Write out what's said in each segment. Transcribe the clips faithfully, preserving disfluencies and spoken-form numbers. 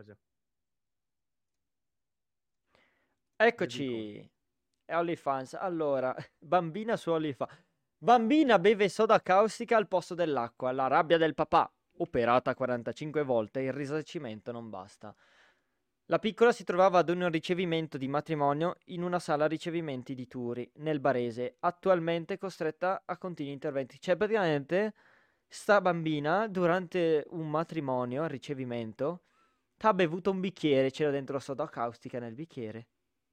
cosa. Io dico, Eccoci. È OnlyFans. Allora, bambina su OnlyFans. Bambina beve soda caustica al posto dell'acqua. La rabbia del papà. Operata quarantacinque volte, il risarcimento non basta. La piccola si trovava ad un ricevimento di matrimonio in una sala ricevimenti di Turi, nel Barese, attualmente costretta a continui interventi. Cioè, praticamente, sta bambina, durante un matrimonio, al ricevimento, ha bevuto un bicchiere, c'era dentro soda caustica nel bicchiere.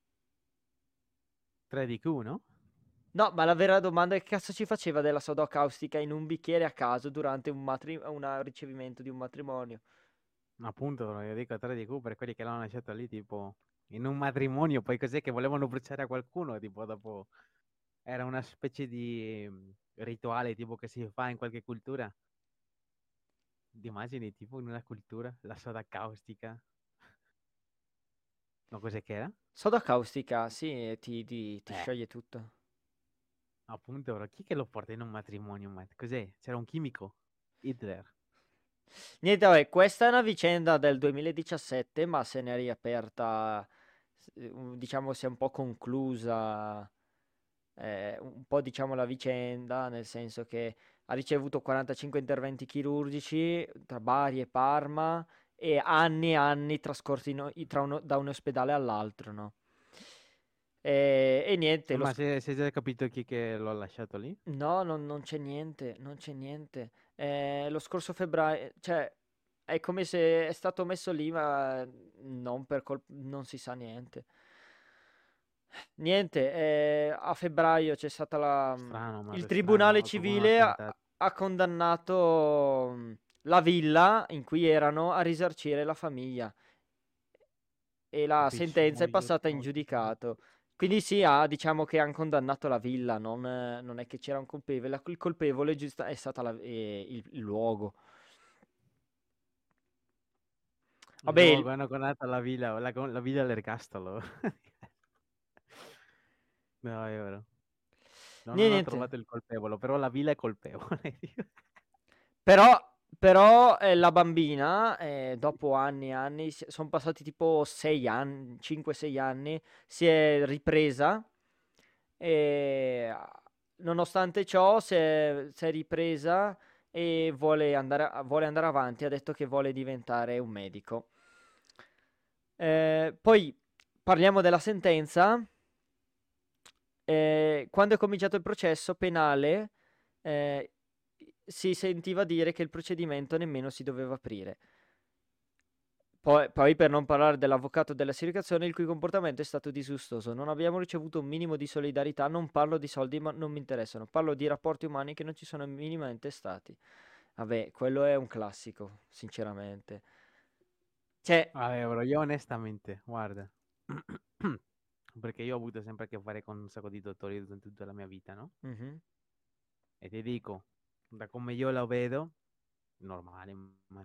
tre D Q, no? No, ma la vera domanda è che cazzo ci faceva della soda caustica in un bicchiere a caso durante un matri- una ricevimento di un matrimonio? Appunto, io dico tre D Q per quelli che l'hanno lasciato lì, tipo, in un matrimonio, poi cos'è che volevano bruciare a qualcuno, tipo, dopo, era una specie di mm, rituale, tipo, che si fa in qualche cultura. Ti immagini, tipo, in una cultura, la soda caustica, no, cos'è che era? Soda caustica, sì, ti, ti- ti Eh, scioglie tutto. appunto, bro, chi che lo porta in un matrimonio, ma cos'è? C'era un chimico? Hitler. Niente, vabbè, questa è una vicenda del duemiladiciassette, ma se ne è riaperta, s- eh, un- diciamo, si è un po' conclusa, eh, un po' diciamo la vicenda, nel senso che ha ricevuto quarantacinque interventi chirurgici tra Bari e Parma e anni e anni trascorsi in o- i- tra uno- da un ospedale all'altro, no? E, e niente, Eh, lo, ma sc- se, se già capito chi che l'ha lasciato lì? no, non, non c'è niente, non c'è niente. Eh, lo scorso febbraio, cioè, è come se è stato messo lì, ma non per colp- non si sa niente. Niente, eh, a febbraio c'è stata la... Strano, Il ma tribunale strano, qualcuno ha civile ha, tentato. ha condannato mm, la villa in cui erano a risarcire la famiglia e la Capisci? sentenza Mo è io passata in ho capito. giudicato. Quindi sì, ha, diciamo che hanno condannato la villa, non, eh, non è che c'era un colpevole, il colpevole giusta- è stata la- eh, il, il luogo. Il Vabbè, il- luogo hanno condannato la villa, la, la villa dell'ergastolo. No, è vero. No, non ho niente. trovato il colpevole, però la villa è colpevole. Però, però eh, la bambina, eh, dopo anni e anni, sono passati tipo sei anni, cinque sei anni, si è ripresa e nonostante ciò si è, si è ripresa e vuole andare, a- vuole andare avanti, ha detto che vuole diventare un medico. Eh, poi parliamo della sentenza. Eh, quando è cominciato il processo penale, eh, si sentiva dire che il procedimento nemmeno si doveva aprire. Poi, poi per non parlare dell'avvocato dell'assicurazione, il cui comportamento è stato disgustoso. Non abbiamo ricevuto un minimo di solidarietà, non parlo di soldi, ma non mi interessano. Parlo di rapporti umani che non ci sono minimamente stati. Vabbè, quello è un classico, sinceramente. Cioè, Vabbè, bro, io onestamente, guarda, perché io ho avuto sempre a che fare con un sacco di dottori durante tutta la mia vita, no? mhm. E ti dico, da come io la vedo, normale, ma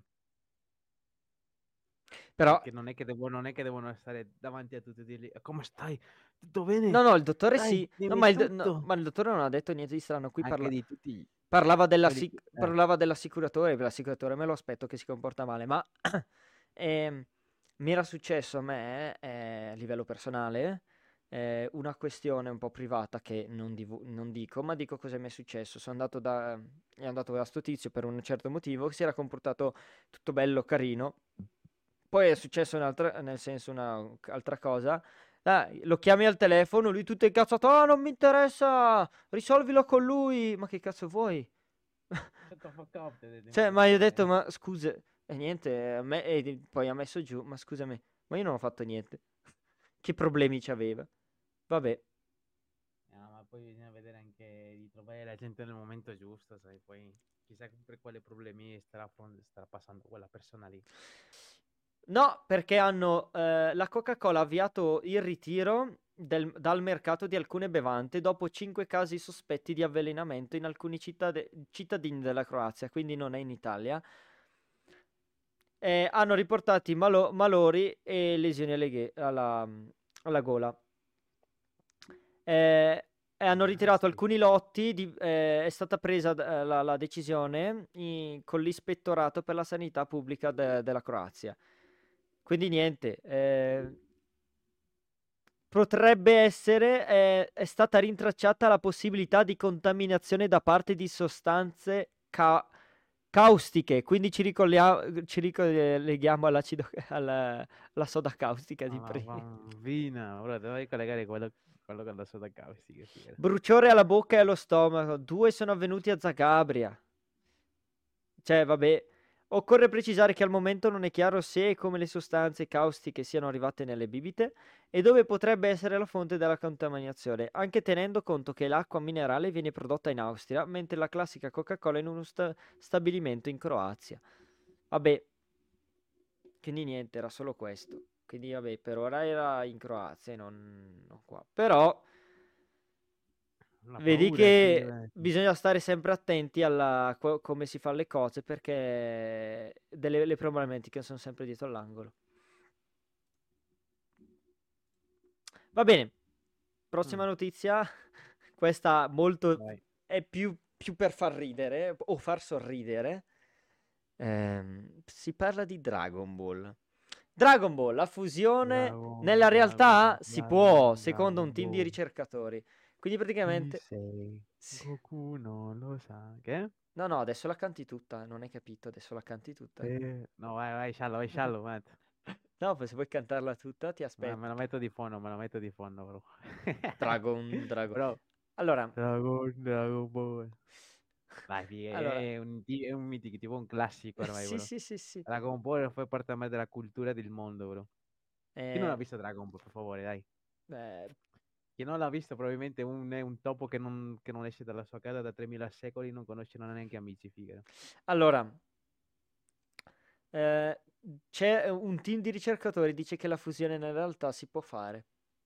Però, perché non è che, devo, non è che devono stare davanti a tutti e dirgli, come stai? Tutto bene? no, no, il dottore Dai, sì. No, dimmi ma il, do- no, tutto. ma il dottore non ha detto niente di strano. Qui Anche parla, di tutti parlava, quelli dell'assic- che... Eh, parlava dell'assicuratore. L'assicuratore me lo aspetto che si comporta male, ma ehm, mi era successo a me, eh, a livello personale, eh, una questione un po' privata che non, divu- non dico, ma dico cosa mi è successo. Sono andato da, è andato da sto tizio per un certo motivo, si era comportato tutto bello, carino. Poi è successo un'altra, nel senso un'altra cosa. Ah, lo chiami al telefono, lui tutto incazzato, ah, non mi interessa, risolvilo con lui. Ma che cazzo vuoi? shut the fuck up, ti ho detto in Cioè, ma io ho francese. detto, ma scusa, e niente, a me- e di- poi ha messo giù, ma scusami, ma io non ho fatto niente. Che problemi c'aveva? Vabbè. No, ma poi bisogna vedere anche di trovare la gente nel momento giusto, sai, poi chissà per quale problemi starà, affront- starà passando quella persona lì. No, perché hanno, eh, la Coca-Cola ha avviato il ritiro del- dal mercato di alcune bevande dopo cinque casi sospetti di avvelenamento in alcuni cittade- cittadini della Croazia, quindi non è in Italia. Eh, hanno riportati malo- malori e lesioni alle ghe- alla, alla gola. Eh, e hanno ritirato Nasty. alcuni lotti, di- eh, è stata presa eh, la, la decisione i- con l'ispettorato per la sanità pubblica de- della Croazia. Quindi niente, eh, potrebbe essere, eh, è stata rintracciata la possibilità di contaminazione da parte di sostanze ca- caustiche, quindi ci ricollia- ci ricolleghiamo all'acido, alla, alla soda caustica di Alla prima. bambina, ora devo ricollegare quello, quello con la soda caustica, figa. Bruciore alla bocca e allo stomaco, due sono avvenuti a Zagabria. Cioè, vabbè, occorre precisare che al momento non è chiaro se e come le sostanze caustiche siano arrivate nelle bibite e dove potrebbe essere la fonte della contaminazione, anche tenendo conto che l'acqua minerale viene prodotta in Austria, mentre la classica Coca-Cola in uno sta- stabilimento in Croazia. Vabbè, quindi niente, era solo questo. Quindi vabbè, per ora era in Croazia e non, non qua. Però La vedi paura, che figa. bisogna stare sempre attenti alla co- come si fanno le cose perché delle le problematiche sono sempre dietro l'angolo. Va bene, prossima Mm, notizia. Questa molto vai. è più, più per far ridere o far sorridere. Ehm, si parla di Dragon Ball. Dragon Ball, la fusione nella Dragon, realtà Dragon, si può, Dragon, secondo un Dragon team di Ball. ricercatori. Quindi Chi praticamente... sei? sì. Goku non lo sa. Che? No, no, adesso la canti tutta, non hai capito, adesso la canti tutta. Eh, no, vai, vai, sciallo, vai, sciallo, Matt. No, poi se vuoi cantarla tutta, ti Ma me aspetto. la metto di fondo, me la metto di fondo, bro. Dragon, Dragon. Bro, Allora, Dragon, Dragon Ball. Dai, figa, allora, è un, ti- è un mitico, tipo un classico ormai, sì, bro. sì, sì, sì. Dragon Ball fue parte ormai della cultura del mondo, bro. Chi non ha Eh, visto Dragon Ball, per favore, dai. eh, Chi non l'ha visto probabilmente un- è un topo che non, che non esce dalla sua casa da tremila secoli, non conosce, non ha neanche amici, figa. allora, eh, c'è un team di ricercatori dice che la fusione nella realtà si può fare.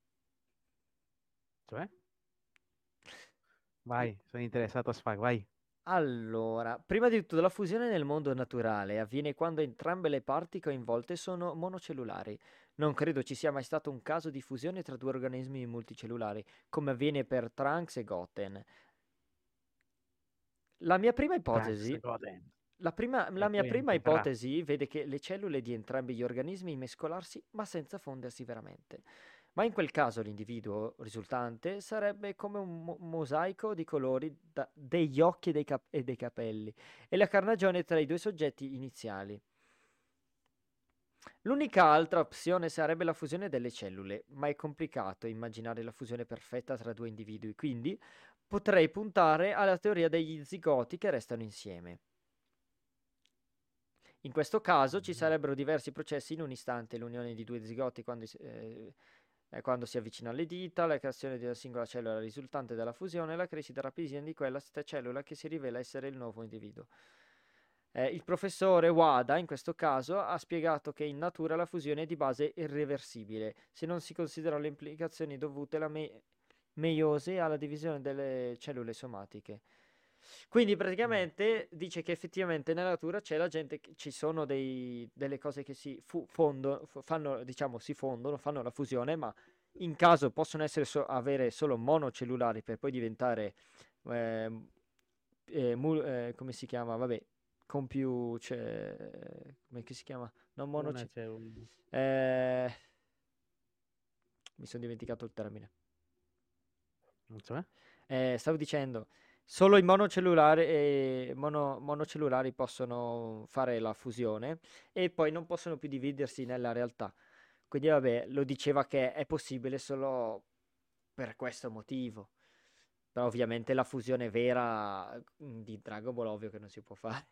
Cioè? Vai, sono interessato a sfag, vai. Allora, prima di tutto, la fusione nel mondo naturale avviene quando entrambe le parti coinvolte sono monocellulari. Non credo ci sia mai stato un caso di fusione tra due organismi multicellulari, come avviene per Trunks e Goten. La mia prima Trunks, ipotesi, Goten. la prima- E la mia poi prima anche Fra. ipotesi vede che le cellule di entrambi gli organismi mescolarsi, ma senza fondersi veramente. Ma in quel caso l'individuo risultante sarebbe come un mo- mosaico di colori da- degli occhi e dei, cap- e dei capelli, e la carnagione tra i due soggetti iniziali. L'unica altra opzione sarebbe la fusione delle cellule, ma è complicato immaginare la fusione perfetta tra due individui, quindi potrei puntare alla teoria degli zigoti che restano insieme. In questo caso ci Mhm. sarebbero diversi processi in un istante: l'unione di due zigoti quando, si- eh, eh, quando si avvicinano alle dita, la creazione di una singola cellula risultante dalla fusione e la crescita rapidissima di quella stessa cellula che si rivela essere il nuovo individuo. Eh, il professore Wada, in questo caso, ha spiegato che in natura la fusione è di base irreversibile, se non si considerano le implicazioni dovute alla me- meiose e alla divisione delle cellule somatiche. Quindi Mm. praticamente dice che effettivamente nella natura c'è la gente, che- ci sono dei- delle cose che si fu- fondono, f- fanno, diciamo, si fondono, fanno la fusione, ma in caso possono essere so- avere solo monocellulari per poi diventare, ehm, eh, mu- eh, come si chiama? Vabbè, con più, cioè, come che si chiama? Non Una monoce... c'è un... eh, mi sono dimenticato il termine. Cioè? Eh, stavo dicendo, solo i monocellulari, eh, mono- monocellulari possono fare la fusione e poi non possono più dividersi nella realtà. Quindi, vabbè, lo diceva che è possibile solo per questo motivo. Però ovviamente la fusione vera mm, di Dragon Ball ovvio che non si può fare.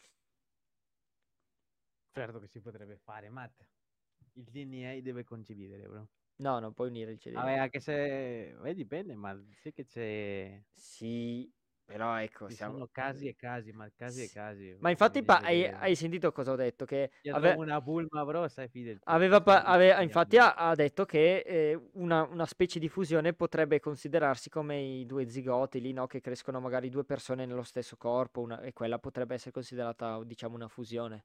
Certo che si potrebbe fare, Matt. Il D N A deve condividere, bro. No, non puoi unire il Vabbè, C D N A. anche se... Beh, dipende, ma sì che c'è... Sì, però ecco, Ci siamo... sono casi e casi, ma casi e sì. casi. Ma infatti pa- Bisogna hai, vedere. hai sentito cosa ho detto? Che Io ave- trovo una bulma, bro, sai, fidati. aveva, pa- Sai, ave- infatti fidiamo. ha, ha detto che eh, una, una specie di fusione potrebbe considerarsi come i due zigoti lì, no? Che crescono magari due persone nello stesso corpo una- e quella potrebbe essere considerata, diciamo, una fusione.